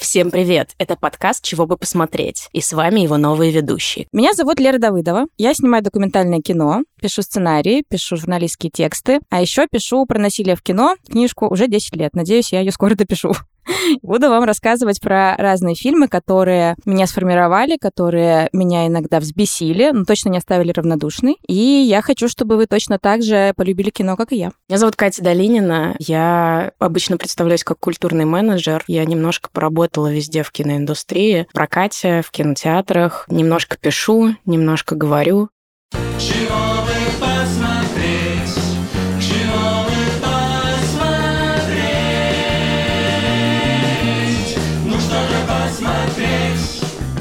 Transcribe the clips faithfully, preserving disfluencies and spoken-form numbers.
Всем привет! Это подкаст «Чего бы посмотреть», и с вами его новые ведущие. Меня зовут Лера Давыдова. Я снимаю документальное кино, пишу сценарии, пишу журналистские тексты, а еще пишу про насилие в кино книжку уже десять лет. Надеюсь, я ее скоро допишу. Буду вам рассказывать про разные фильмы, которые меня сформировали, которые меня иногда взбесили, но точно не оставили равнодушной. И я хочу, чтобы вы точно так же полюбили кино, как и я. Меня зовут Катя Долинина. Я обычно представляюсь как культурный менеджер. Я немножко поработала везде в киноиндустрии, в прокате, в кинотеатрах. Немножко пишу, немножко говорю. Чего бы посмотреть? Чего бы посмотреть? Ну что же посмотреть?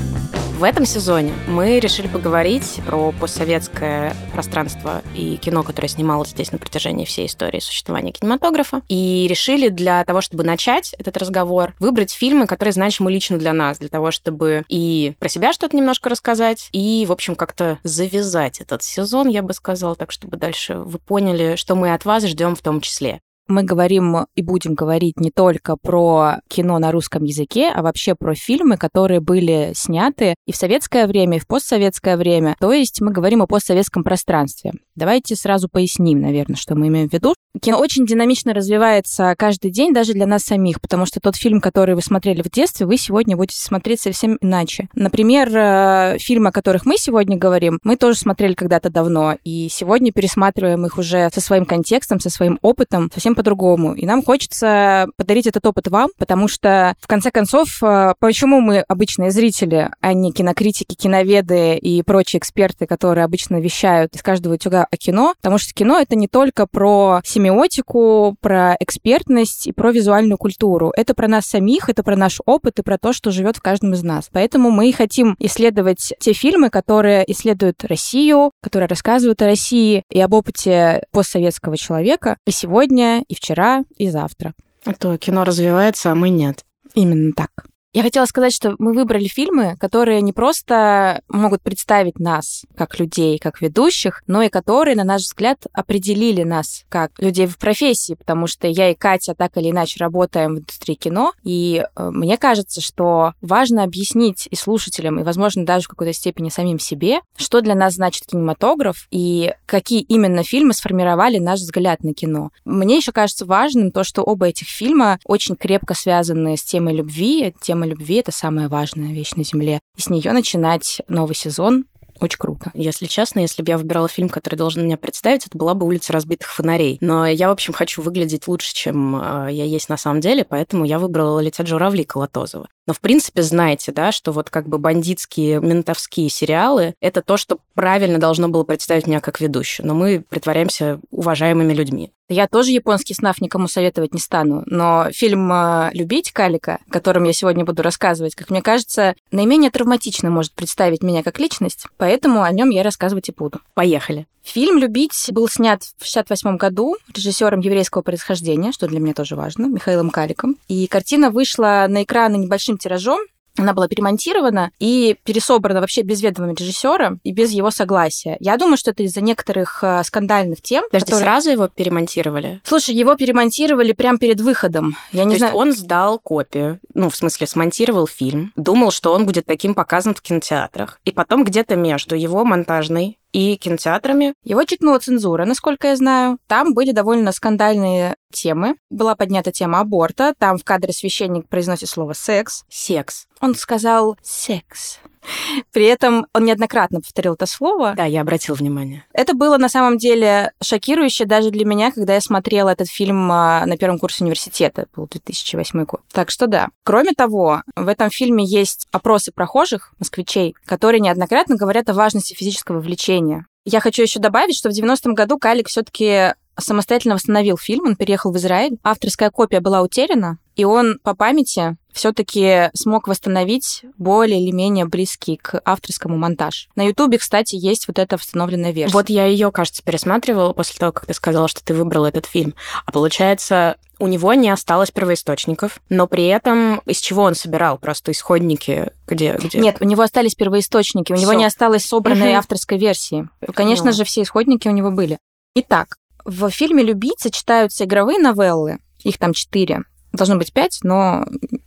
В этом сезоне мы решили поговорить про постсоветское пространство и кино, которое снималось здесь на протяжении всей истории существования кинематографа. И решили для того, чтобы начать этот разговор, выбрать фильмы, которые значимы лично для нас, для того, чтобы и про себя что-то немножко рассказать, и, в общем, как-то завязать этот сезон, я бы сказала, так, чтобы дальше вы поняли, что мы от вас ждем в том числе. Мы говорим и будем говорить не только про кино на русском языке, а вообще про фильмы, которые были сняты и в советское время, и в постсоветское время. То есть мы говорим о постсоветском пространстве. Давайте сразу поясним, наверное, что мы имеем в виду. Кино очень динамично развивается каждый день, даже для нас самих, потому что тот фильм, который вы смотрели в детстве, вы сегодня будете смотреть совсем иначе. Например, фильмы, о которых мы сегодня говорим, мы тоже смотрели когда-то давно, и сегодня пересматриваем их уже со своим контекстом, со своим опытом, совсем по-другому. И нам хочется подарить этот опыт вам, потому что, в конце концов, почему мы обычные зрители, а не кинокритики, киноведы и прочие эксперты, которые обычно вещают из каждого утюга о кино? Потому что кино — это не только про семиотику, про экспертность и про визуальную культуру. Это про нас самих, это про наш опыт и про то, что живет в каждом из нас. Поэтому мы хотим исследовать те фильмы, которые исследуют Россию, которые рассказывают о России и об опыте постсоветского человека и сегодня, и вчера, и завтра. А то кино развивается, а мы нет. Именно так. Я хотела сказать, что мы выбрали фильмы, которые не просто могут представить нас как людей, как ведущих, но и которые, на наш взгляд, определили нас как людей в профессии, потому что я и Катя так или иначе работаем в индустрии кино, и э, мне кажется, что важно объяснить и слушателям, и, возможно, даже в какой-то степени самим себе, что для нас значит кинематограф и какие именно фильмы сформировали наш взгляд на кино. Мне еще кажется важным то, что оба этих фильма очень крепко связаны с темой любви, темой любви — это самая важная вещь на Земле. И с нее начинать новый сезон очень круто. Если честно, если бы я выбирала фильм, который должен меня представить, это была бы «Улица разбитых фонарей». Но я, в общем, хочу выглядеть лучше, чем я есть на самом деле, поэтому я выбрала «Летят журавли» Колотозова. Но, в принципе, знаете, да, что вот как бы бандитские, ментовские сериалы — это то, что правильно должно было представить меня как ведущую. Но мы притворяемся уважаемыми людьми. Я тоже японский снаф никому советовать не стану, но фильм «Любить» Калика, о котором я сегодня буду рассказывать, как мне кажется, наименее травматично может представить меня как личность, поэтому о нем я рассказывать и буду. Поехали. Фильм «Любить» был снят в шестьдесят восьмом году режиссером еврейского происхождения, что для меня тоже важно, Михаилом Каликом. И картина вышла на экраны небольшим тиражом. Она была перемонтирована и пересобрана вообще без ведома режиссера и без его согласия. Я думаю, что это из-за некоторых э, скандальных тем. Подожди, которые... сразу его перемонтировали? Слушай, его перемонтировали прямо перед выходом. Я не То знаю... есть он сдал копию, ну, в смысле, смонтировал фильм, думал, что он будет таким показан в кинотеатрах. И потом где-то между его монтажной и кинотеатрами его чекнула цензура, насколько я знаю. Там были довольно скандальные темы. Была поднята тема аборта. Там в кадре священник произносит слово «секс». Секс. Он сказал «секс». При этом он неоднократно повторил это слово. Да, я обратила внимание. Это было на самом деле шокирующе даже для меня, когда я смотрела этот фильм на первом курсе университета. Это был две тысячи восьмой год. Так что да. Кроме того, в этом фильме есть опросы прохожих, москвичей, которые неоднократно говорят о важности физического влечения. Я хочу еще добавить, что в девяностом году Калик все-таки самостоятельно восстановил фильм, он переехал в Израиль. Авторская копия была утеряна, и он по памяти все-таки смог восстановить более или менее близкий к авторскому монтаж. На Ютубе, кстати, есть вот эта восстановленная версия. Вот я ее, кажется, пересматривала после того, как ты сказала, что ты выбрала этот фильм. А получается, у него не осталось первоисточников, но при этом из чего он собирал? Просто исходники где? где? Нет, у него остались первоисточники, у него Всё. не осталось собранной Угу. авторской версии. Конечно Ну. же, все исходники у него были. Итак, в фильме «Любить» сочетаются игровые новеллы, их там четыре, должно быть пять, но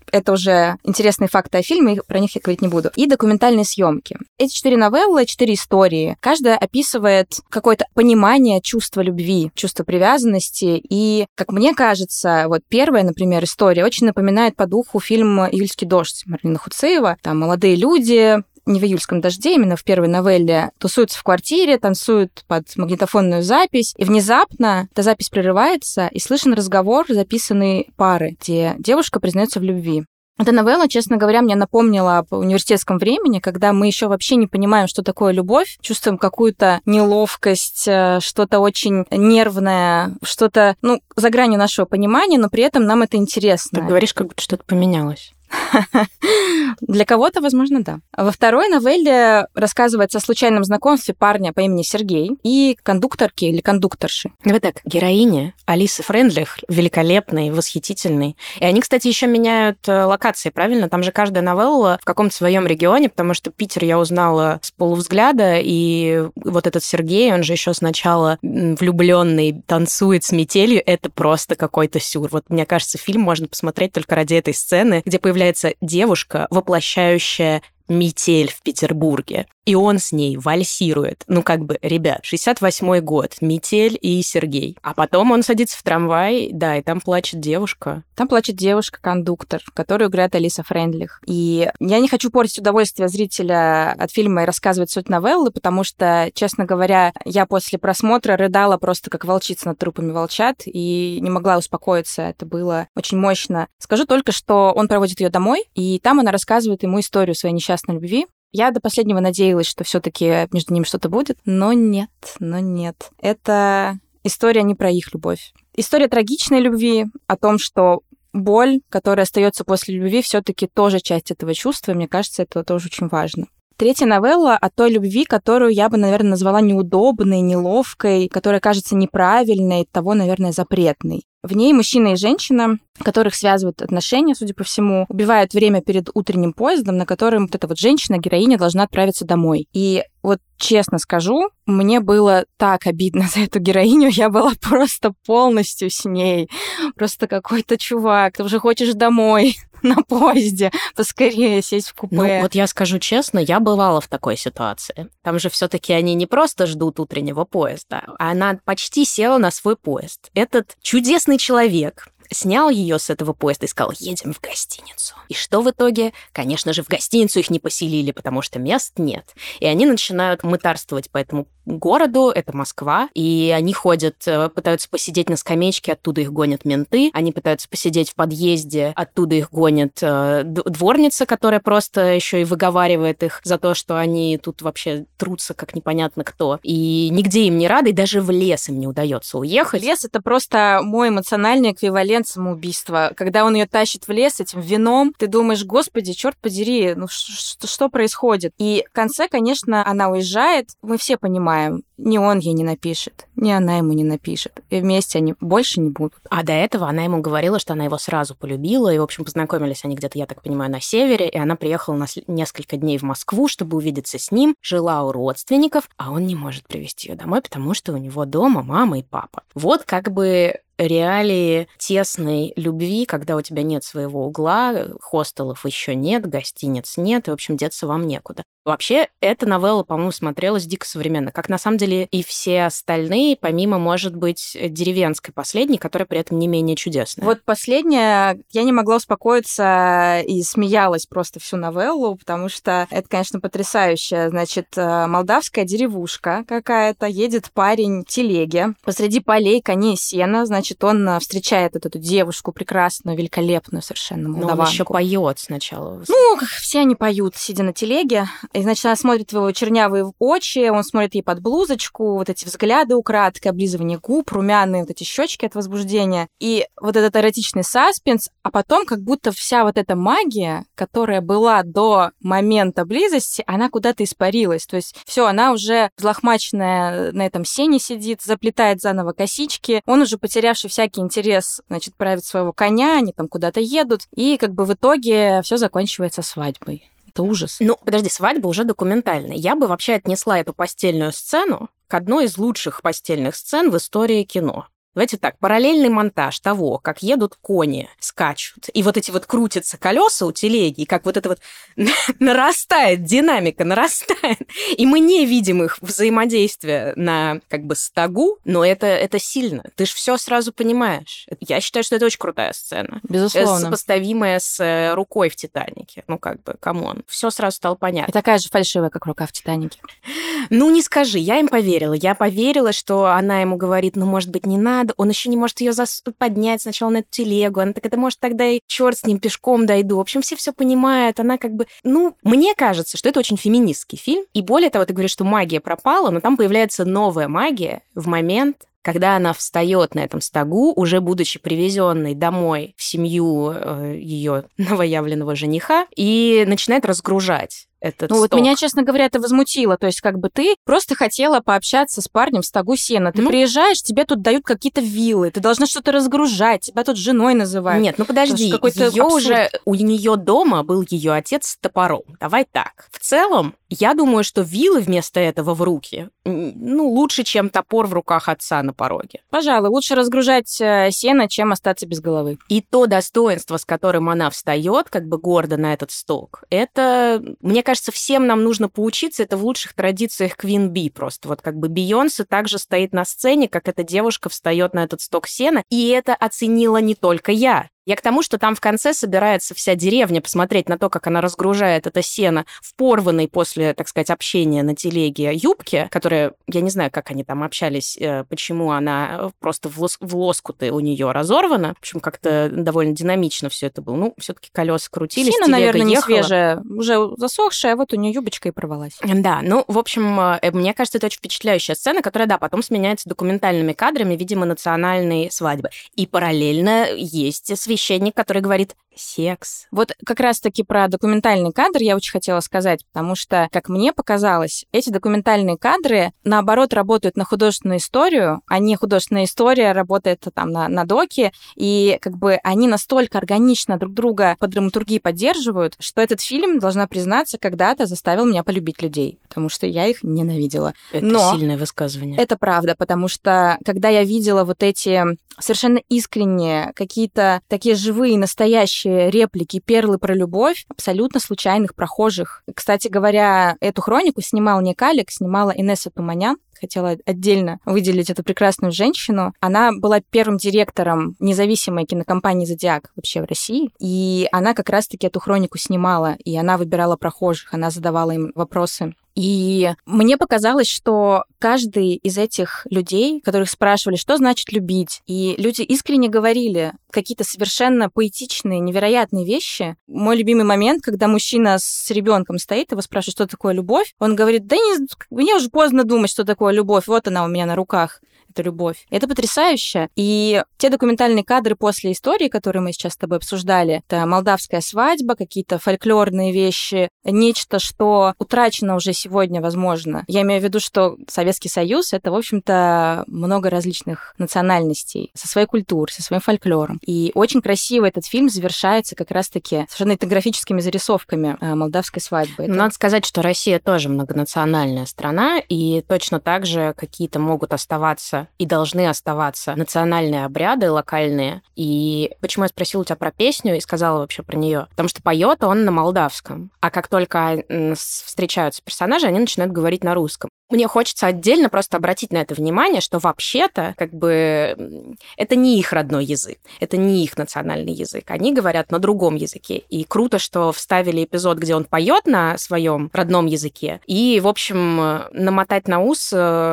это уже интересные факты о фильме, про них я говорить не буду. И документальные съемки. Эти четыре новеллы, четыре истории, каждая описывает какое-то понимание чувства любви, чувства привязанности. И, как мне кажется, вот первая, например, история очень напоминает по духу фильм «Июльский дождь» Марлина Хуцеева. Там молодые люди, не в июльском дожде, именно в первой новелле, тусуются в квартире, танцуют под магнитофонную запись, и внезапно эта запись прерывается, и слышен разговор записанной пары, где девушка признается в любви. Эта новелла, честно говоря, мне напомнила об университетском времени, когда мы еще вообще не понимаем, что такое любовь, чувствуем какую-то неловкость, что-то очень нервное, что-то, ну, за гранью нашего понимания, но при этом нам это интересно. Ты говоришь, как будто что-то поменялось. Для кого-то, возможно, да. Во второй новелле рассказывается о случайном знакомстве парня по имени Сергей и кондукторки или кондукторши. Давай так, героини Алисы Фрейндлих великолепные, восхитительные. И они, кстати, еще меняют локации, правильно? Там же каждая новелла в каком-то своем регионе, потому что Питер я узнала с полувзгляда, и вот этот Сергей, он же еще сначала влюбленный, танцует с метелью, это просто какой-то сюр. Вот мне кажется, фильм можно посмотреть только ради этой сцены, где появляется Является девушка, воплощающая метель в Петербурге. И он с ней вальсирует. Ну, как бы, ребят, шестьдесят восьмой год, метель и Сергей. А потом он садится в трамвай, да, и там плачет девушка. Там плачет девушка-кондуктор, которую играет Алиса Фрейндлих. И я не хочу портить удовольствие зрителя от фильма и рассказывать суть новеллы, потому что, честно говоря, я после просмотра рыдала просто как волчица над трупами волчат и не могла успокоиться. Это было очень мощно. Скажу только, что он проводит ее домой, и там она рассказывает ему историю своей несчастной любви. Я до последнего надеялась, что все-таки между ними что-то будет, но нет, но нет. Это история не про их любовь. История трагичной любви, о том, что боль, которая остается после любви, все-таки тоже часть этого чувства. Мне кажется, это тоже очень важно. Третья новелла о той любви, которую я бы, наверное, назвала неудобной, неловкой, которая кажется неправильной, того, наверное, запретной. В ней мужчина и женщина, которых связывают отношения, судя по всему, убивают время перед утренним поездом, на котором вот эта вот женщина-героиня должна отправиться домой. И вот честно скажу, мне было так обидно за эту героиню, я была просто полностью с ней. Просто какой-то чувак, ты уже хочешь домой на поезде, поскорее сесть в купе. Ну, вот я скажу честно, я бывала в такой ситуации. Там же все-таки они не просто ждут утреннего поезда, а она почти села на свой поезд. Этот чудесный человек снял ее с этого поезда и сказал: едем в гостиницу. И что в итоге? Конечно же, в гостиницу их не поселили, потому что мест нет. И они начинают мытарствовать по этому городу, это Москва, и они ходят, пытаются посидеть на скамеечке, оттуда их гонят менты, они пытаются посидеть в подъезде, оттуда их гонит дворница, которая просто еще и выговаривает их за то, что они тут вообще трутся как непонятно кто. И нигде им не рады, и даже в лес им не удается уехать. Лес — это просто мой эмоциональный эквивалент самоубийства. Когда он ее тащит в лес этим вином, ты думаешь: господи, черт подери, ну что, что происходит? И в конце, конечно, она уезжает, мы все понимаем, ни он ей не напишет, ни она ему не напишет. И вместе они больше не будут. А до этого она ему говорила, что она его сразу полюбила, и, в общем, познакомились они где-то, я так понимаю, на севере, и она приехала на несколько дней в Москву, чтобы увидеться с ним, жила у родственников, а он не может привезти ее домой, потому что у него дома мама и папа. Вот как бы реалии тесной любви, когда у тебя нет своего угла, хостелов еще нет, гостиниц нет, и, в общем, деться вам некуда. Вообще, эта новелла, по-моему, смотрелась дико современно, как на самом деле и все остальные, помимо, может быть, деревенской последней, которая при этом не менее чудесная. Вот последняя, я не могла успокоиться и смеялась просто всю новеллу, потому что это, конечно, потрясающе. Значит, молдавская деревушка какая-то, едет парень в телеге, посреди полей коней сена, значит, он встречает эту девушку прекрасную, великолепную совершенно молдаванку. Но он еще поет сначала. Ну, как все они поют, сидя на телеге. И, значит, она смотрит в его чернявые очи, он смотрит ей под блузочку, вот эти взгляды украдкой, облизывание губ, румяные вот эти щечки от возбуждения. И вот этот эротичный саспенс, а потом как будто вся вот эта магия, которая была до момента близости, она куда-то испарилась. То есть все, она уже взлохмаченная на этом сене сидит, заплетает заново косички, он уже потерявший всякий интерес, значит, правит своего коня, они там куда-то едут, и как бы в итоге все заканчивается свадьбой. Это ужас. Ну, подожди, свадьба уже документальная. Я бы вообще отнесла эту постельную сцену к одной из лучших постельных сцен в истории кино. Давайте так, параллельный монтаж того, как едут кони, скачут, и вот эти вот крутятся колеса у телеги, и как вот это вот нарастает, динамика нарастает, и мы не видим их взаимодействия на как бы стогу, но это, это сильно. Ты же все сразу понимаешь. Я считаю, что это очень крутая сцена. Безусловно. Сопоставимая с рукой в «Титанике». Ну, как бы, камон. Все сразу стало понятно. И такая же фальшивая, как рука в «Титанике». Ну, не скажи, я им поверила. Я поверила, что она ему говорит, ну, может быть, не надо. Он еще не может ее зас... поднять сначала на эту телегу. Она так, это может тогда и черт с ним, пешком дойду. В общем, все все понимают. Она как бы... Ну, мне кажется, что это очень феминистский фильм. И более того, ты говоришь, что магия пропала, но там появляется новая магия в момент, когда она встает на этом стогу, уже будучи привезенной домой в семью э, ее новоявленного жениха, и начинает разгружать этот ну сток. Вот меня, честно говоря, это возмутило. То есть как бы ты просто хотела пообщаться с парнем в стогу сена. Ты ну, приезжаешь, тебе тут дают какие-то виллы, ты должна что-то разгружать, тебя тут женой называют. Нет, ну подожди, ее уже, у нее дома был ее отец с топором. Давай так. В целом, я думаю, что виллы вместо этого в руки, ну, лучше, чем топор в руках отца на пороге. Пожалуй, лучше разгружать сено, чем остаться без головы. И то достоинство, с которым она встает, как бы гордо на этот сток, это, мне кажется, всем нам нужно поучиться, это в лучших традициях Queen Bee просто. Вот как бы Бейонсе также стоит на сцене, как эта девушка встает на этот сток сена, и это оценила не только я. Я к тому, что там в конце собирается вся деревня посмотреть на то, как она разгружает это сено в порванной после, так сказать, общения на телеге юбке, которая, я не знаю, как они там общались, почему она просто в, лос, в лоскуты у нее разорвана. В общем, как-то довольно динамично все это было. Ну, все-таки колеса крутились, сено, телега наверное, ехала. Не свежая, уже засохшая, а вот у нее юбочка и порвалась. Да, ну, в общем, мне кажется, это очень впечатляющая сцена, которая, да, потом сменяется документальными кадрами, видимо, национальной свадьбы. И параллельно есть свидетельство священник, который говорит «секс». Вот как раз-таки про документальный кадр я очень хотела сказать, потому что, как мне показалось, эти документальные кадры, наоборот, работают на художественную историю, а не художественная история работает там на, на доке, и как бы они настолько органично друг друга по драматургии поддерживают, что этот фильм, должна признаться, когда-то заставил меня полюбить людей, потому что я их ненавидела. Это Но сильное высказывание. Это правда, потому что когда я видела вот эти совершенно искренние, какие-то такие живые, настоящие реплики, перлы про любовь абсолютно случайных прохожих. Кстати говоря, эту хронику снимал не Калик, снимала Инесса Туманян. Хотела отдельно выделить эту прекрасную женщину. Она была первым директором независимой кинокомпании «Зодиак» вообще в России. И она как раз-таки эту хронику снимала. И она выбирала прохожих, она задавала им вопросы. И мне показалось, что каждый из этих людей, которых спрашивали, что значит любить, и люди искренне говорили какие-то совершенно поэтичные, невероятные вещи. Мой любимый момент, когда мужчина с ребенком стоит, его спрашивают, что такое любовь, он говорит, да не, мне уже поздно думать, что такое любовь, вот она у меня на руках. Это любовь. Это потрясающе. И те документальные кадры после истории, которые мы сейчас с тобой обсуждали, это молдавская свадьба, какие-то фольклорные вещи, нечто, что утрачено уже сегодня, возможно. Я имею в виду, что Советский Союз — это, в общем-то, много различных национальностей со своей культурой, со своим фольклором. И очень красиво этот фильм завершается как раз-таки совершенно этнографическими зарисовками молдавской свадьбы. Это... Надо сказать, что Россия тоже многонациональная страна, и точно так же какие-то могут оставаться и должны оставаться национальные обряды локальные. И почему я спросила у тебя про песню и сказала вообще про нее? Потому что поет он на молдавском. А как только встречаются персонажи, они начинают говорить на русском. Мне хочется отдельно просто обратить на это внимание, что вообще-то как бы это не их родной язык, это не их национальный язык. Они говорят на другом языке. И круто, что вставили эпизод, где он поет на своем родном языке. И, в общем, намотать на ус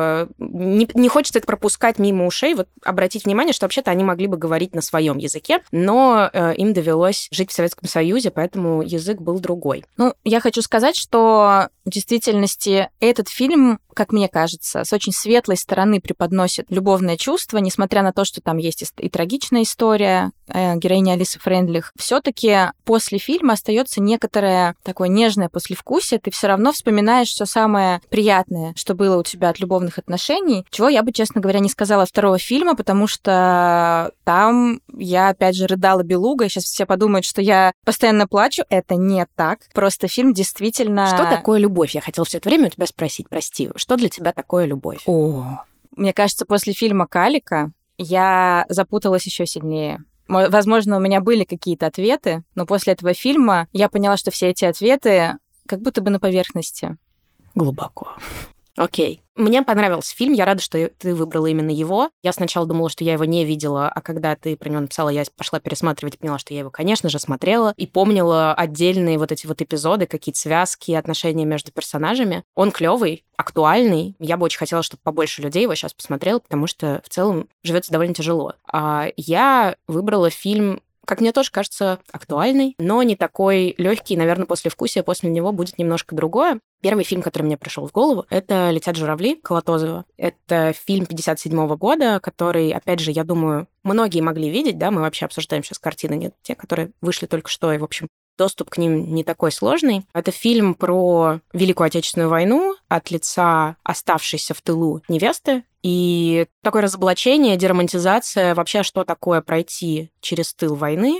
не, не хочется это пропускать мимо ушей. Вот обратить внимание, что вообще-то они могли бы говорить на своем языке, но им довелось жить в Советском Союзе, поэтому язык был другой. Ну, я хочу сказать, что в действительности этот фильм, как мне кажется, с очень светлой стороны преподносит любовное чувство, несмотря на то, что там есть и, и трагичная история э, героини Алисы Фрейндлих. Все-таки после фильма остается некоторое такое нежное послевкусие. Ты все равно вспоминаешь все самое приятное, что было у тебя от любовных отношений, чего я бы, честно говоря, не сказала второго фильма, потому что там я, опять же, рыдала белугой. Сейчас все подумают, что я постоянно плачу. Это не так. Просто фильм действительно... Что такое любовь? Я хотела все это время у тебя спросить, прости. Что для тебя такое любовь? О, мне кажется, после фильма «Калика» я запуталась еще сильнее. Возможно, у меня были какие-то ответы, но после этого фильма я поняла, что все эти ответы как будто бы на поверхности. Глубоко. Окей. Мне понравился фильм, я рада, что ты выбрала именно его. Я сначала думала, что я его не видела, а когда ты про него написала, я пошла пересматривать и поняла, что я его, конечно же, смотрела и помнила отдельные вот эти вот эпизоды, какие-то связки, отношения между персонажами. Он клёвый, актуальный. Я бы очень хотела, чтобы побольше людей его сейчас посмотрело, потому что в целом живется довольно тяжело. А я выбрала фильм, как мне тоже кажется, актуальный, но не такой легкий, наверное, послевкусие после него будет немножко другое. Первый фильм, который мне пришел в голову, это «Летят журавли» Колотозова. Это фильм пятьдесят седьмого года, который, опять же, я думаю, многие могли видеть, да, мы вообще обсуждаем сейчас картины, не те, которые вышли только что, и, в общем, доступ к ним не такой сложный. Это фильм про Великую Отечественную войну от лица оставшейся в тылу невесты. И такое разоблачение, деромантизация, вообще, что такое пройти через тыл войны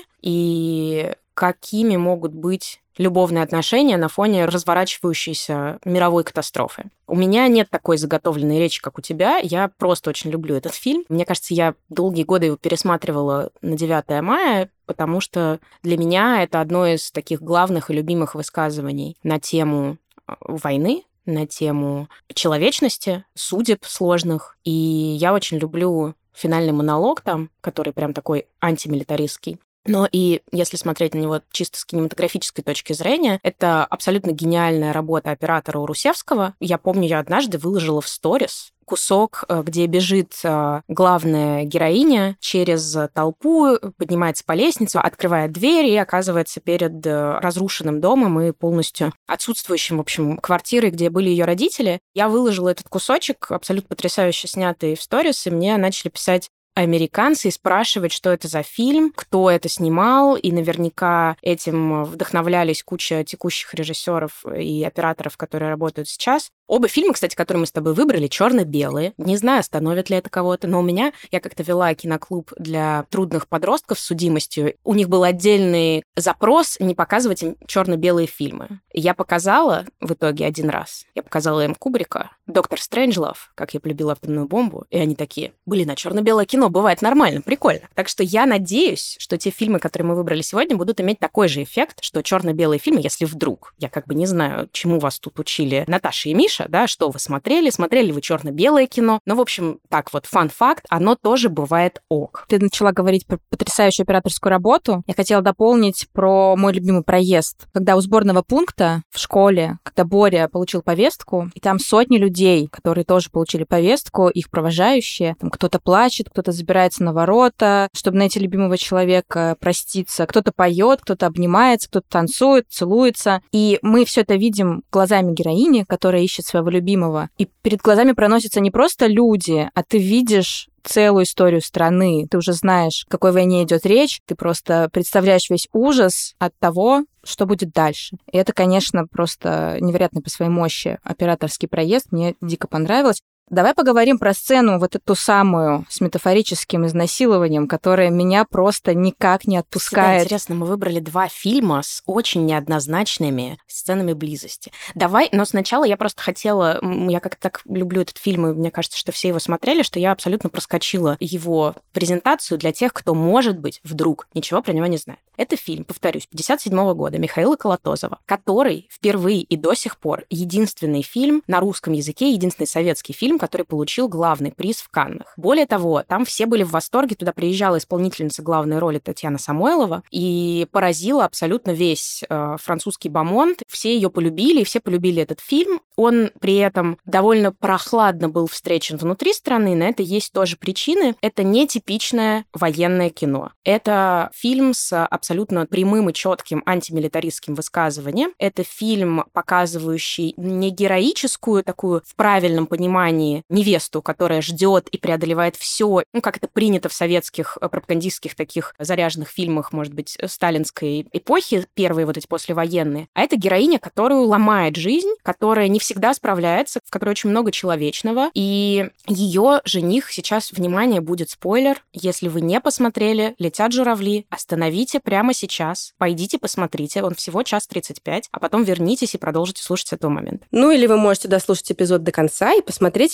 и какими могут быть любовные отношения на фоне разворачивающейся мировой катастрофы. У меня нет такой заготовленной речи, как у тебя. Я просто очень люблю этот фильм. Мне кажется, я долгие годы его пересматривала на девятое мая, потому что для меня это одно из таких главных и любимых высказываний на тему войны, на тему человечности, судеб сложных. И я очень люблю финальный монолог там, который прям такой антимилитаристский. Но и если смотреть на него чисто с кинематографической точки зрения, это абсолютно гениальная работа оператора Урусевского. Я помню, я однажды выложила в сторис кусок, где бежит главная героиня через толпу, поднимается по лестнице, открывает дверь и оказывается перед разрушенным домом и полностью отсутствующим, в общем, квартирой, где были ее родители. Я выложила этот кусочек, абсолютно потрясающе снятый в сторис, и мне начали писать американцы и спрашивать, что это за фильм, кто это снимал, и наверняка этим вдохновлялись куча текущих режиссеров и операторов, которые работают сейчас. Оба фильма, кстати, которые мы с тобой выбрали, черно-белые. Не знаю, остановит ли это кого-то, но у меня, я как-то вела киноклуб для трудных подростков с судимостью. У них был отдельный запрос не показывать им черно-белые фильмы. Я показала в итоге один раз. Я показала им Кубрика, «Доктор Стрэнджлов», как я полюбила атомную бомбу, и они такие: блин, а черно-белое кино бывает нормально, прикольно. Так что я надеюсь, что те фильмы, которые мы выбрали сегодня, будут иметь такой же эффект, что черно-белые фильмы, если вдруг, я как бы не знаю, чему вас тут учили Наташа и Миша, да, что вы смотрели, смотрели ли вы черно-белое кино. Ну, в общем, так вот, фан-факт, оно тоже бывает ок. Ты начала говорить про потрясающую операторскую работу. Я хотела дополнить про мой любимый проезд. Когда у сборного пункта в школе, когда Боря получил повестку, и там сотни людей, которые тоже получили повестку, их провожающие, там кто-то плачет, кто-то забирается на ворота, чтобы найти любимого человека, проститься, кто-то поет, кто-то обнимается, кто-то танцует, целуется. И мы все это видим глазами героини, которая ищет своего любимого. И перед глазами проносятся не просто люди, а ты видишь целую историю страны. Ты уже знаешь, о какой войне идет речь. Ты просто представляешь весь ужас от того, что будет дальше. И это, конечно, просто невероятный по своей мощи операторский проезд. Мне дико понравилось. Давай поговорим про сцену, вот эту самую, с метафорическим изнасилованием, которая меня просто никак не отпускает. Всегда интересно, мы выбрали два фильма с очень неоднозначными сценами близости. Давай, но сначала я просто хотела, я как-то так люблю этот фильм, и мне кажется, что все его смотрели, что я абсолютно проскочила его презентацию для тех, кто, может быть, вдруг ничего про него не знает. Это фильм, повторюсь, пятьдесят седьмого года Михаила Колотозова, который впервые и до сих пор единственный фильм на русском языке, единственный советский фильм, который получил главный приз в Каннах. Более того, там все были в восторге, туда приезжала исполнительница главной роли Татьяна Самойлова и поразила абсолютно весь э, французский бомонд. Все ее полюбили, и все полюбили этот фильм. Он при этом довольно прохладно был встречен внутри страны, на это есть тоже причины. Это не типичное военное кино. Это фильм с абсолютно прямым и четким антимилитаристским высказыванием. Это фильм, показывающий не героическую такую в правильном понимании невесту, которая ждет и преодолевает все, ну, как это принято в советских пропагандистских таких заряженных фильмах, может быть, сталинской эпохи, первые вот эти послевоенные. А это героиня, которую ломает жизнь, которая не всегда справляется, в которой очень много человечного. И ее жених, сейчас, внимание, будет спойлер, если вы не посмотрели «Летят журавли», остановите прямо сейчас, пойдите посмотрите, он всего час тридцать пять, а потом вернитесь и продолжите слушать с этого момента. Ну или вы можете дослушать эпизод до конца и посмотреть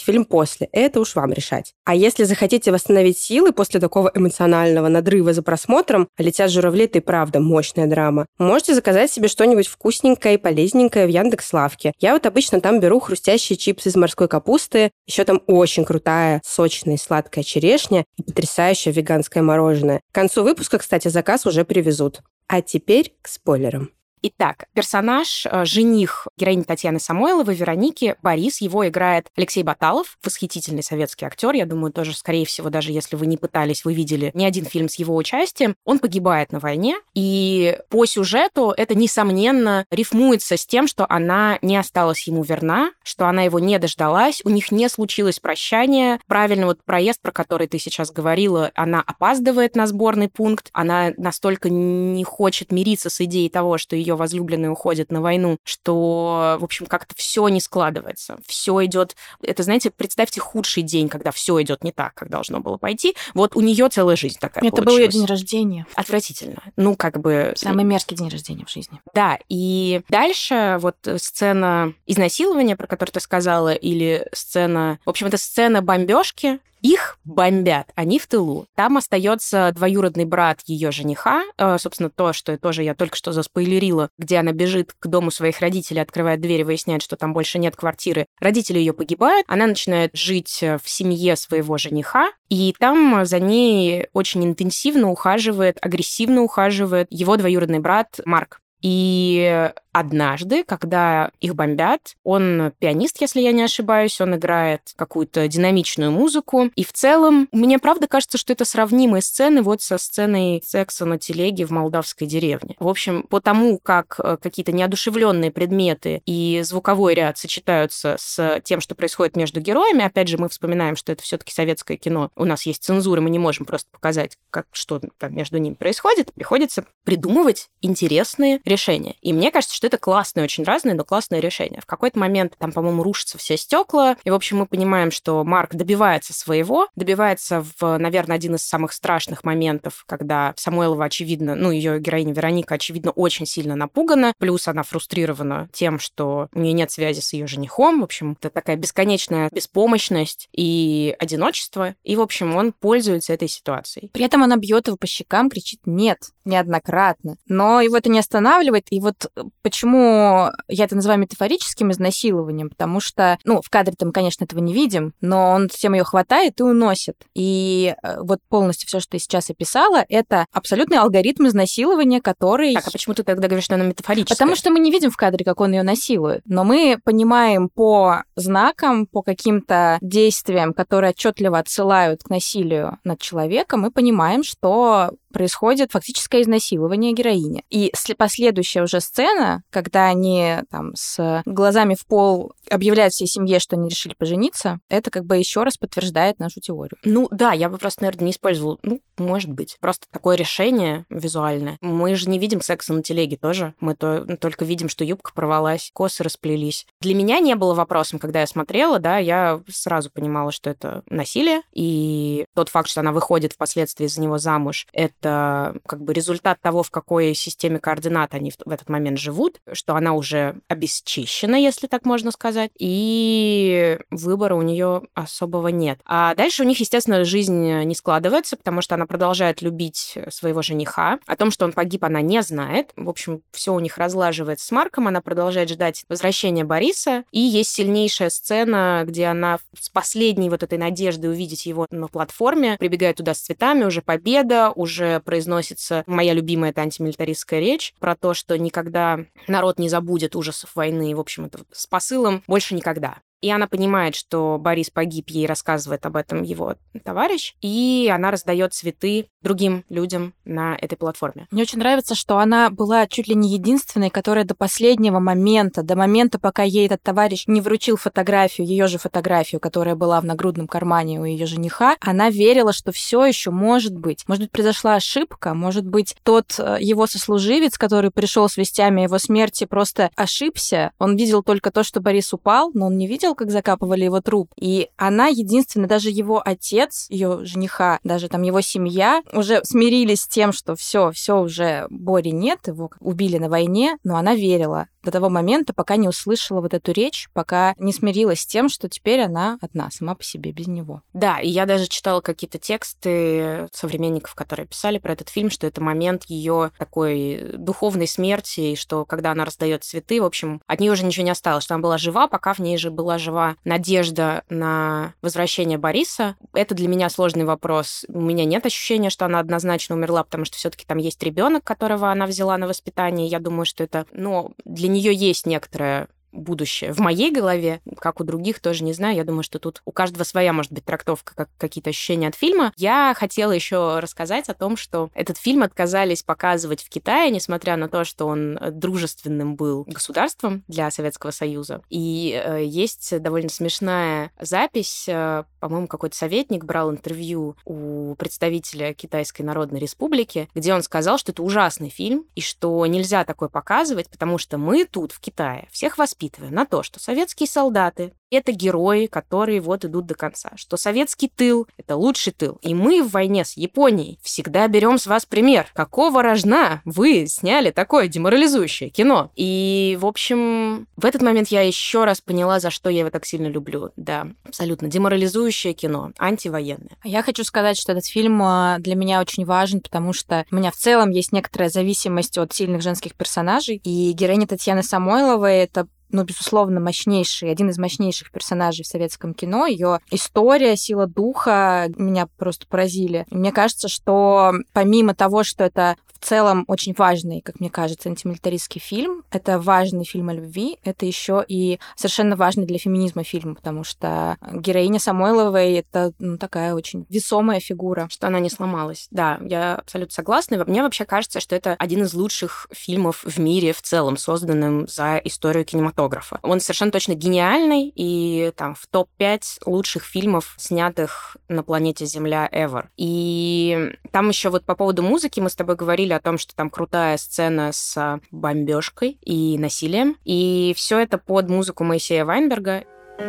посмотрите фильм после. Это уж вам решать. А если захотите восстановить силы после такого эмоционального надрыва за просмотром, «Летят журавли» — это и правда мощная драма. Можете заказать себе что-нибудь вкусненькое и полезненькое в Яндекс.Лавке. Я вот обычно там беру хрустящие чипсы из морской капусты, еще там очень крутая, сочная и сладкая черешня и потрясающее веганское мороженое. К концу выпуска, кстати, заказ уже привезут. А теперь к спойлерам. Итак, персонаж, жених героини Татьяны Самойловой, Вероники, Борис, его играет Алексей Баталов, восхитительный советский актер. Я думаю, тоже, скорее всего, даже если вы не пытались, вы видели ни один фильм с его участием. Он погибает на войне, и по сюжету это, несомненно, рифмуется с тем, что она не осталась ему верна, что она его не дождалась, у них не случилось прощания. Правильно, вот проезд, про который ты сейчас говорила, она опаздывает на сборный пункт, она настолько не хочет мириться с идеей того, что ее возлюбленный уходит на войну, что, в общем, как-то все не складывается. Все идет. Это, знаете, представьте худший день, когда все идет не так, как должно было пойти. Вот у нее целая жизнь такая Это получилась. был ее день рождения. Отвратительно. Ну, как бы... Самый мерзкий день рождения в жизни. Да, и дальше вот сцена изнасилования, про которую ты сказала, или сцена... В общем, это сцена бомбежки. Их бомбят, они в тылу. Там остается двоюродный брат ее жениха, собственно, то, что тоже я только что заспойлерила, где она бежит к дому своих родителей, открывает дверь и выясняет, что там больше нет квартиры. Родители ее погибают, она начинает жить в семье своего жениха, и там за ней очень интенсивно ухаживает, агрессивно ухаживает его двоюродный брат Марк. И однажды, когда их бомбят, он пианист, если я не ошибаюсь, он играет какую-то динамичную музыку. И в целом, мне правда кажется, что это сравнимые сцены вот со сценой секса на телеге в молдавской деревне. В общем, по тому, как какие-то неодушевленные предметы и звуковой ряд сочетаются с тем, что происходит между героями, опять же, мы вспоминаем, что это все-таки советское кино, у нас есть цензура, мы не можем просто показать, как, что там между ними происходит, приходится придумывать интересные решения. И мне кажется, что это классные, очень разные, но классные решения. В какой-то момент там, по-моему, рушатся все стекла, и, в общем, мы понимаем, что Марк добивается своего, добивается в, наверное, один из самых страшных моментов, когда Самойлова, очевидно, ну, ее героиня Вероника, очевидно, очень сильно напугана, плюс она фрустрирована тем, что у нее нет связи с ее женихом, в общем, это такая бесконечная беспомощность и одиночество, и, в общем, он пользуется этой ситуацией. При этом она бьет его по щекам, кричит «нет» неоднократно, но его это не останавливает, и вот почему я это называю метафорическим изнасилованием, потому что, ну, в кадре-то мы, конечно, этого не видим, но он всем ее хватает и уносит. И вот полностью все, что ты сейчас описала, это абсолютный алгоритм изнасилования, который... Так, а почему ты тогда говоришь, что оно метафорическое? Потому что мы не видим в кадре, как он ее насилует, но мы понимаем по знакам, по каким-то действиям, которые отчетливо отсылают к насилию над человеком, мы понимаем, что происходит фактическое изнасилование героини. И последующая уже сцена, когда они там с глазами в пол объявляют всей семье, что они решили пожениться, это как бы еще раз подтверждает нашу теорию. Ну да, я бы просто, наверное, не использовала, ну, может быть, просто такое решение визуальное. Мы же не видим секса на телеге тоже, мы то, только видим, что юбка порвалась, косы расплелись. Для меня не было вопросом, когда я смотрела, да, я сразу понимала, что это насилие, и тот факт, что она выходит впоследствии за него замуж, это это как бы результат того, в какой системе координат они в этот момент живут, что она уже обесчищена, если так можно сказать, и выбора у нее особого нет. А дальше у них, естественно, жизнь не складывается, потому что она продолжает любить своего жениха. О том, что он погиб, она не знает. В общем, все у них разлаживается с Марком, она продолжает ждать возвращения Бориса, и есть сильнейшая сцена, где она с последней вот этой надеждой увидеть его на платформе прибегает туда с цветами, уже победа, уже произносится моя любимая эта антимилитаристская речь про то, что никогда народ не забудет ужасов войны, в общем, это с посылом «больше никогда». И она понимает, что Борис погиб, ей рассказывает об этом его товарищ, и она раздает цветы другим людям на этой платформе. Мне очень нравится, что она была чуть ли не единственной, которая до последнего момента, до момента, пока ей этот товарищ не вручил фотографию, ее же фотографию, которая была в нагрудном кармане у ее жениха, она верила, что все еще может быть. Может быть, произошла ошибка, может быть, тот его сослуживец, который пришел с вестями о его смерти, просто ошибся. Он видел только то, что Борис упал, но он не видел, как закапывали его труп. И она единственная, даже его отец, ее жениха, даже там его семья уже смирились с тем, что все, все уже Бори нет, его убили на войне, но она верила. до того момента, пока не услышала вот эту речь, пока не смирилась с тем, что теперь она одна, сама по себе, без него. Да, и я даже читала какие-то тексты современников, которые писали про этот фильм, что это момент ее такой духовной смерти, и что когда она раздает цветы, в общем, от нее уже ничего не осталось, что она была жива, пока в ней же была жива надежда на возвращение Бориса. Это для меня сложный вопрос. У меня нет ощущения, что она однозначно умерла, потому что все-таки там есть ребенок, которого она взяла на воспитание. Я думаю, что это, ну, для нее есть некоторое будущее. В моей голове, как у других, тоже не знаю. Я думаю, что тут у каждого своя, может быть, трактовка, как какие-то ощущения от фильма. Я хотела еще рассказать о том, что этот фильм отказались показывать в Китае, несмотря на то, что он дружественным был государством для Советского Союза. И э, есть довольно смешная запись. Э, по-моему, какой-то советник брал интервью у представителя Китайской Народной Республики, где он сказал, что это ужасный фильм, и что нельзя такое показывать, потому что мы тут, в Китае, всех воспитываем на то, что советские солдаты — это герои, которые вот идут до конца, что советский тыл — это лучший тыл. И мы в войне с Японией всегда берем с вас пример. Какого рожна вы сняли такое деморализующее кино? И, в общем, в этот момент я еще раз поняла, за что я его так сильно люблю. Да, абсолютно. Деморализующее кино, антивоенное. Я хочу сказать, что этот фильм для меня очень важен, потому что у меня в целом есть некоторая зависимость от сильных женских персонажей. И героиня Татьяны Самойловой — это, ну, безусловно, мощнейший, один из мощнейших персонажей в советском кино. Ее история, сила духа меня просто поразили. Мне кажется, что помимо того, что это в целом очень важный, как мне кажется, антимилитаристский фильм, это важный фильм о любви, это еще и совершенно важный для феминизма фильм, потому что героиня Самойловой — это, ну, такая очень весомая фигура. Что она не сломалась. Да, я абсолютно согласна. Мне вообще кажется, что это один из лучших фильмов в мире в целом, созданным за историю кинематографа. Он совершенно точно гениальный, и там в топ пять лучших фильмов, снятых на планете Земля ever. И там еще вот по поводу музыки мы с тобой говорили о том, что там крутая сцена с бомбежкой и насилием. И все это под музыку Моисея Вайнберга.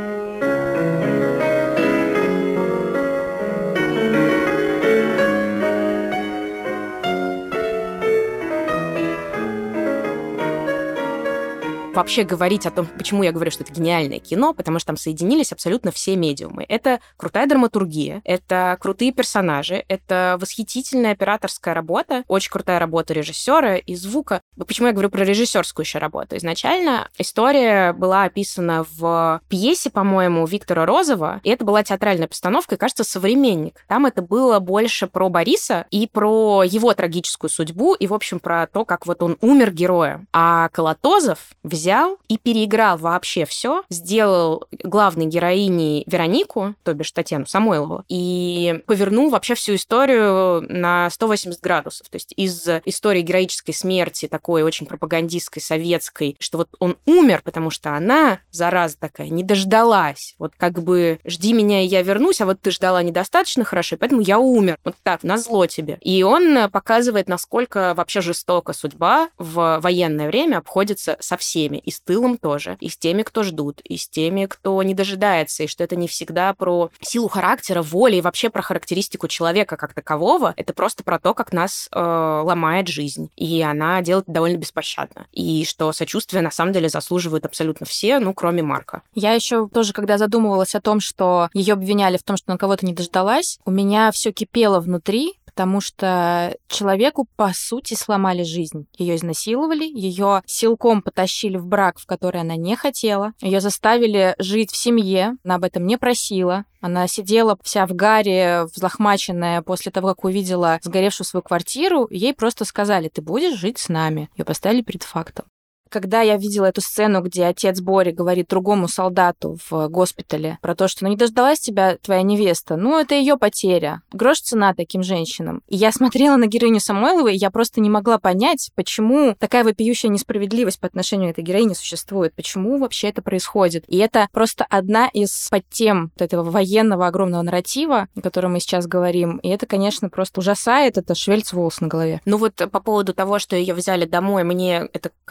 Вообще говорить о том, почему я говорю, что это гениальное кино, потому что там соединились абсолютно все медиумы. Это крутая драматургия, это крутые персонажи, это восхитительная операторская работа, очень крутая работа режиссера и звука. Почему я говорю про режиссерскую еще работу? Изначально история была описана в пьесе, по-моему, Виктора Розова, и это была театральная постановка, и, кажется, «Современник». Там это было больше про Бориса и про его трагическую судьбу, и, в общем, про то, как вот он умер героем. А Колотозов взял взял и переиграл вообще все, сделал главной героиней Веронику, то бишь Татьяну Самойлову, и повернул вообще всю историю на сто восемьдесят градусов. То есть из истории героической смерти, такой очень пропагандистской, советской, что вот он умер, потому что она, зараза такая, не дождалась. Вот как бы жди меня, и я вернусь, а вот ты ждала недостаточно хорошо, и поэтому я умер. Вот так, назло тебе. И он показывает, насколько вообще жестока судьба в военное время обходится со всеми. И с тылом тоже, и с теми, кто ждут, и с теми, кто не дожидается, и что это не всегда про силу характера, воли, и вообще про характеристику человека как такового. Это просто про то, как нас э, ломает жизнь. И она делает это довольно беспощадно. И что сочувствие, на самом деле, заслуживают абсолютно все, ну, кроме Марка. Я еще тоже, когда задумывалась о том, что ее обвиняли в том, что она кого-то не дождалась, у меня все кипело внутри, потому что человеку, по сути, сломали жизнь. Ее изнасиловали, ее силком потащили в брак, в который она не хотела, ее заставили жить в семье, она об этом не просила. Она сидела вся в гаре, взлохмаченная после того, как увидела сгоревшую свою квартиру, и ей просто сказали: ты будешь жить с нами. Ее поставили перед фактом. Когда я видела эту сцену, где отец Бори говорит другому солдату в госпитале про то, что ну не дождалась тебя твоя невеста, ну это ее потеря, грош цена таким женщинам. И я смотрела на героиню Самойловой, и я просто не могла понять, почему такая вопиющая несправедливость по отношению к этой героине существует, почему вообще это происходит. И это просто одна из подтем вот этого военного огромного нарратива, о котором мы сейчас говорим. И это, конечно, просто ужасает, это швельц волос на голове. Ну вот по поводу того, что ее взяли домой, мне это как раз-таки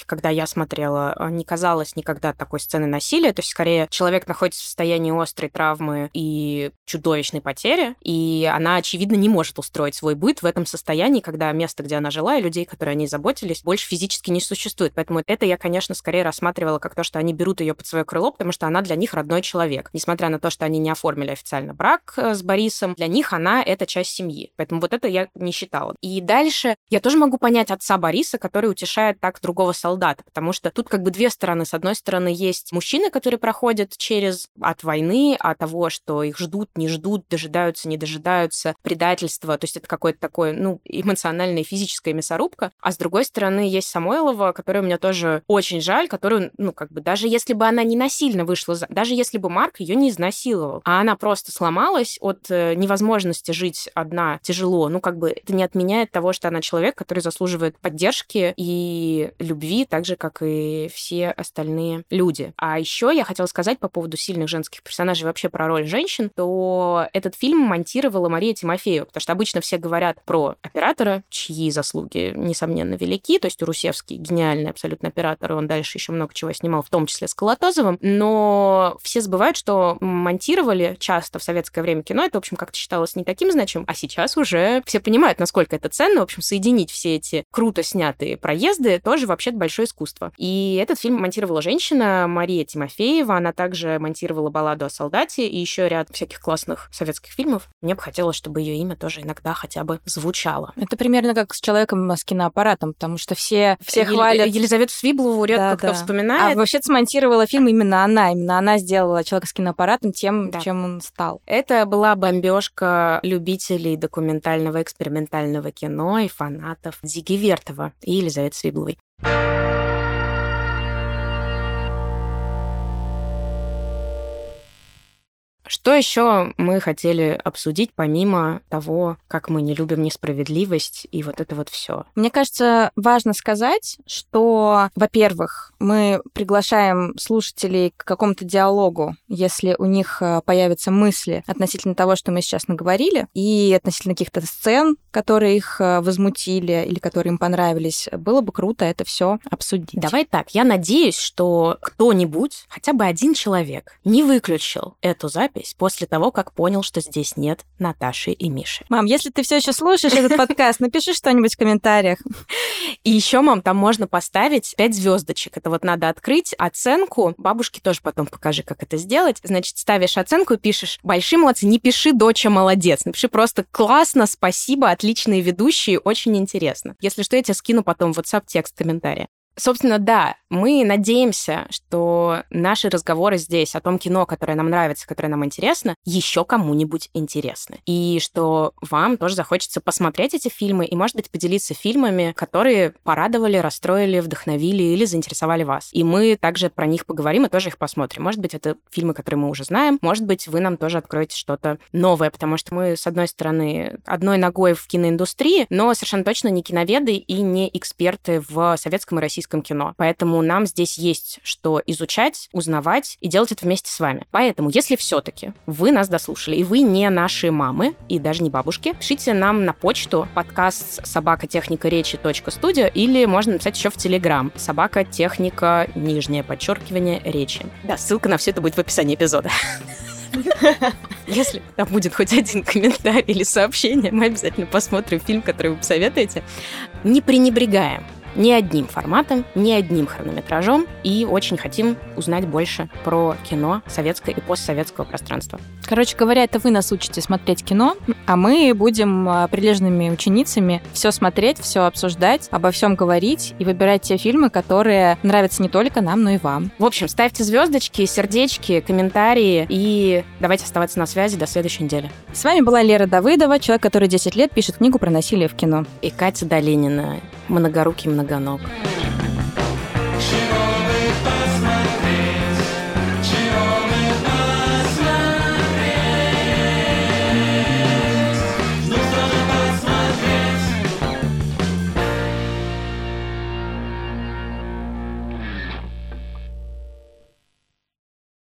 когда я смотрела, не казалось никогда такой сцены насилия. То есть, скорее, человек находится в состоянии острой травмы и чудовищной потери, и она, очевидно, не может устроить свой быт в этом состоянии, когда место, где она жила, и людей, которые о ней заботились, больше физически не существует. Поэтому это я, конечно, скорее рассматривала как то, что они берут ее под свое крыло, потому что она для них родной человек. Несмотря на то, что они не оформили официально брак с Борисом, для них она — это часть семьи. Поэтому вот это я не считала. И дальше я тоже могу понять отца Бориса, который утешает так другого солдата, потому что тут как бы две стороны. С одной стороны, есть мужчины, которые проходят через от войны, от того, что их ждут, не ждут, дожидаются, не дожидаются, предательство, то есть это какое-то такое, ну, эмоциональная и физическая мясорубка. А с другой стороны, есть Самойлова, которую мне тоже очень жаль, которую, ну, как бы, даже если бы она не насильно вышла, за... даже если бы Марк ее не изнасиловал, а она просто сломалась от невозможности жить одна тяжело, ну, как бы, это не отменяет того, что она человек, который заслуживает поддержки и любви, так же, как и все остальные люди. А еще я хотела сказать по поводу сильных женских персонажей, вообще про роль женщин, то этот фильм монтировала Мария Тимофеева, потому что обычно все говорят про оператора, чьи заслуги, несомненно, велики, то есть Урусевский гениальный абсолютно оператор, и он дальше еще много чего снимал, в том числе с Колотозовым, но все забывают, что монтировали часто в советское время кино, это, в общем, как-то считалось не таким значимым, а сейчас уже все понимают, насколько это ценно, в общем, соединить все эти круто снятые проезды тоже вообще-то большое искусство. И этот фильм монтировала женщина Мария Тимофеева, она также монтировала «Балладу о солдате» и еще ряд всяких классных советских фильмов. Мне бы хотелось, чтобы ее имя тоже иногда хотя бы звучало. Это примерно как с человеком с киноаппаратом, потому что все, все Ел- хвалят... Елизавету Свиблову редко да, кто да. вспоминает. А вообще смонтировала фильм именно она. Именно она сделала «Человека с киноаппаратом» тем, да. чем он стал. Это была бомбежка любителей документального экспериментального кино и фанатов Зиги Вертова и Елизаветы Свибловой. Что еще мы хотели обсудить, помимо того, как мы не любим несправедливость и вот это вот все? Мне кажется, важно сказать, что, во-первых, мы приглашаем слушателей к какому-то диалогу, если у них появятся мысли относительно того, что мы сейчас наговорили, и относительно каких-то сцен, которые их возмутили или которые им понравились. Было бы круто это все обсудить. Давай так, я надеюсь, что кто-нибудь, хотя бы один человек, не выключил эту запись после того, как понял, что здесь нет Наташи и Миши. Мам, если ты все еще слушаешь этот подкаст, напиши что-нибудь в комментариях. И еще, мам, там можно поставить пять звездочек. Это вот надо открыть оценку. Бабушке тоже потом покажи, как это сделать. Значит, ставишь оценку и пишешь: большие молодцы, не пиши доча молодец. Напиши просто классно, спасибо, отличные ведущие, очень интересно. Если что, я тебе скину потом в WhatsApp текст комментария. Собственно, да, мы надеемся, что наши разговоры здесь о том кино, которое нам нравится, которое нам интересно, еще кому-нибудь интересны. И что вам тоже захочется посмотреть эти фильмы и, может быть, поделиться фильмами, которые порадовали, расстроили, вдохновили или заинтересовали вас. И мы также про них поговорим и тоже их посмотрим. Может быть, это фильмы, которые мы уже знаем. Может быть, вы нам тоже откроете что-то новое, потому что мы, с одной стороны, одной ногой в киноиндустрии, но совершенно точно не киноведы и не эксперты в советском и российском кино. Поэтому нам здесь есть что изучать, узнавать и делать это вместе с вами. Поэтому, если все-таки вы нас дослушали, и вы не наши мамы, и даже не бабушки, пишите нам на почту подкаст собака техника речи точка студио, или можно написать еще в Телеграм собака техника нижнее подчеркивание речи. Да, ссылка на все это будет в описании эпизода. Если там будет хоть один комментарий или сообщение, мы обязательно посмотрим фильм, который вы посоветуете. Не пренебрегаем ни одним форматом, ни одним хронометражом, и очень хотим узнать больше про кино советское и постсоветского пространства. Короче говоря, это вы нас учите смотреть кино, а мы будем прилежными ученицами все смотреть, все обсуждать, обо всем говорить и выбирать те фильмы, которые нравятся не только нам, но и вам. В общем, ставьте звездочки, сердечки, комментарии, и давайте оставаться на связи до следующей недели. С вами была Лера Давыдова, человек, который десять лет пишет книгу про насилие в кино. И Катя Долинина, многорукий многоног.